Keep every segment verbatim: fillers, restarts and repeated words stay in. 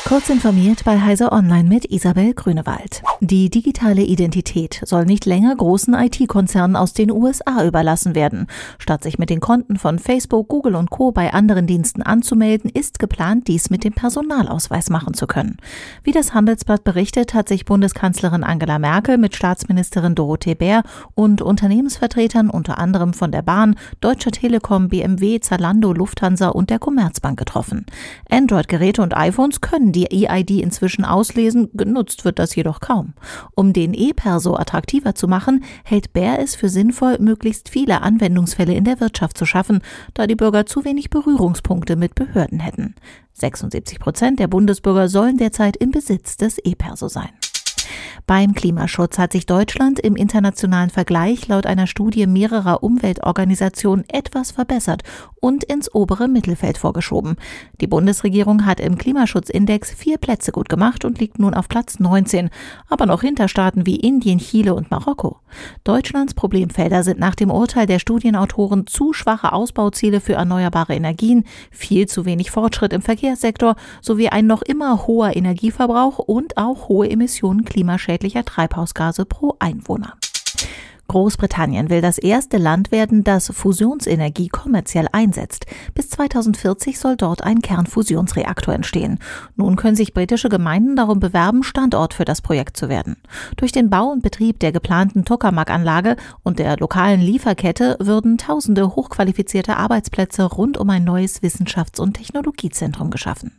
Kurz informiert bei Heise Online mit Isabel Grünewald. Die digitale Identität soll nicht länger großen I T-Konzernen aus den U S A überlassen werden. Statt sich mit den Konten von Facebook, Google und Co. bei anderen Diensten anzumelden, ist geplant, dies mit dem Personalausweis machen zu können. Wie das Handelsblatt berichtet, hat sich Bundeskanzlerin Angela Merkel mit Staatsministerin Dorothee Bär und Unternehmensvertretern unter anderem von der Bahn, Deutscher Telekom, B M W, Zalando, Lufthansa und der Commerzbank getroffen. Android-Geräte und iPhones können die E I D inzwischen auslesen, genutzt wird das jedoch kaum. Um den E-Perso attraktiver zu machen, hält Bär es für sinnvoll, möglichst viele Anwendungsfälle in der Wirtschaft zu schaffen, da die Bürger zu wenig Berührungspunkte mit Behörden hätten. sechsundsiebzig Prozent der Bundesbürger sollen derzeit im Besitz des E-Perso sein. Beim Klimaschutz hat sich Deutschland im internationalen Vergleich laut einer Studie mehrerer Umweltorganisationen etwas verbessert und ins obere Mittelfeld vorgeschoben. Die Bundesregierung hat im Klimaschutzindex vier Plätze gut gemacht und liegt nun auf Platz neunzehn, aber noch hinter Staaten wie Indien, Chile und Marokko. Deutschlands Problemfelder sind nach dem Urteil der Studienautoren zu schwache Ausbauziele für erneuerbare Energien, viel zu wenig Fortschritt im Verkehrssektor sowie ein noch immer hoher Energieverbrauch und auch hohe Emissionen klimaschädlicher Treibhausgase pro Einwohner. Großbritannien will das erste Land werden, das Fusionsenergie kommerziell einsetzt. Bis zweitausendvierzig soll dort ein Kernfusionsreaktor entstehen. Nun können sich britische Gemeinden darum bewerben, Standort für das Projekt zu werden. Durch den Bau und Betrieb der geplanten Tokamak-Anlage und der lokalen Lieferkette würden tausende hochqualifizierte Arbeitsplätze rund um ein neues Wissenschafts- und Technologiezentrum geschaffen.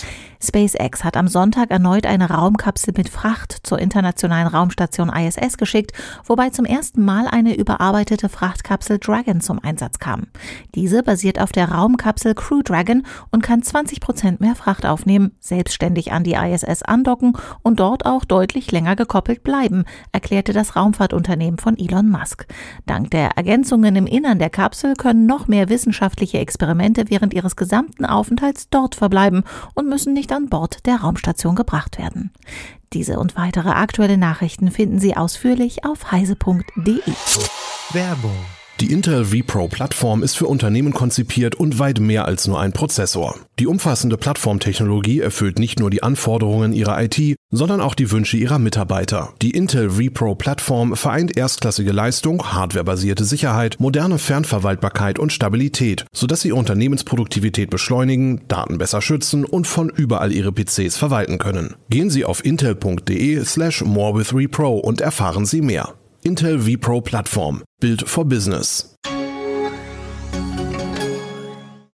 SpaceX hat am Sonntag erneut eine Raumkapsel mit Fracht zur internationalen Raumstation I S S geschickt, wobei zum ersten Mal eine überarbeitete Frachtkapsel Dragon zum Einsatz kam. Diese basiert auf der Raumkapsel Crew Dragon und kann zwanzig Prozent mehr Fracht aufnehmen, selbstständig an die I S S andocken und dort auch deutlich länger gekoppelt bleiben, erklärte das Raumfahrtunternehmen von Elon Musk. Dank der Ergänzungen im Innern der Kapsel können noch mehr wissenschaftliche Experimente während ihres gesamten Aufenthalts dort verbleiben und müssen nicht an Bord der Raumstation gebracht werden. Diese und weitere aktuelle Nachrichten finden Sie ausführlich auf heise punkt de. Werbung. Die Intel vPro-Plattform ist für Unternehmen konzipiert und weit mehr als nur ein Prozessor. Die umfassende Plattformtechnologie erfüllt nicht nur die Anforderungen ihrer I T, sondern auch die Wünsche ihrer Mitarbeiter. Die Intel vPro-Plattform vereint erstklassige Leistung, hardwarebasierte Sicherheit, moderne Fernverwaltbarkeit und Stabilität, sodass sie ihre Unternehmensproduktivität beschleunigen, Daten besser schützen und von überall ihre P Cs verwalten können. Gehen Sie auf intel punkt de slash more with vPro und erfahren Sie mehr. Intel vPro Plattform. Built for Business.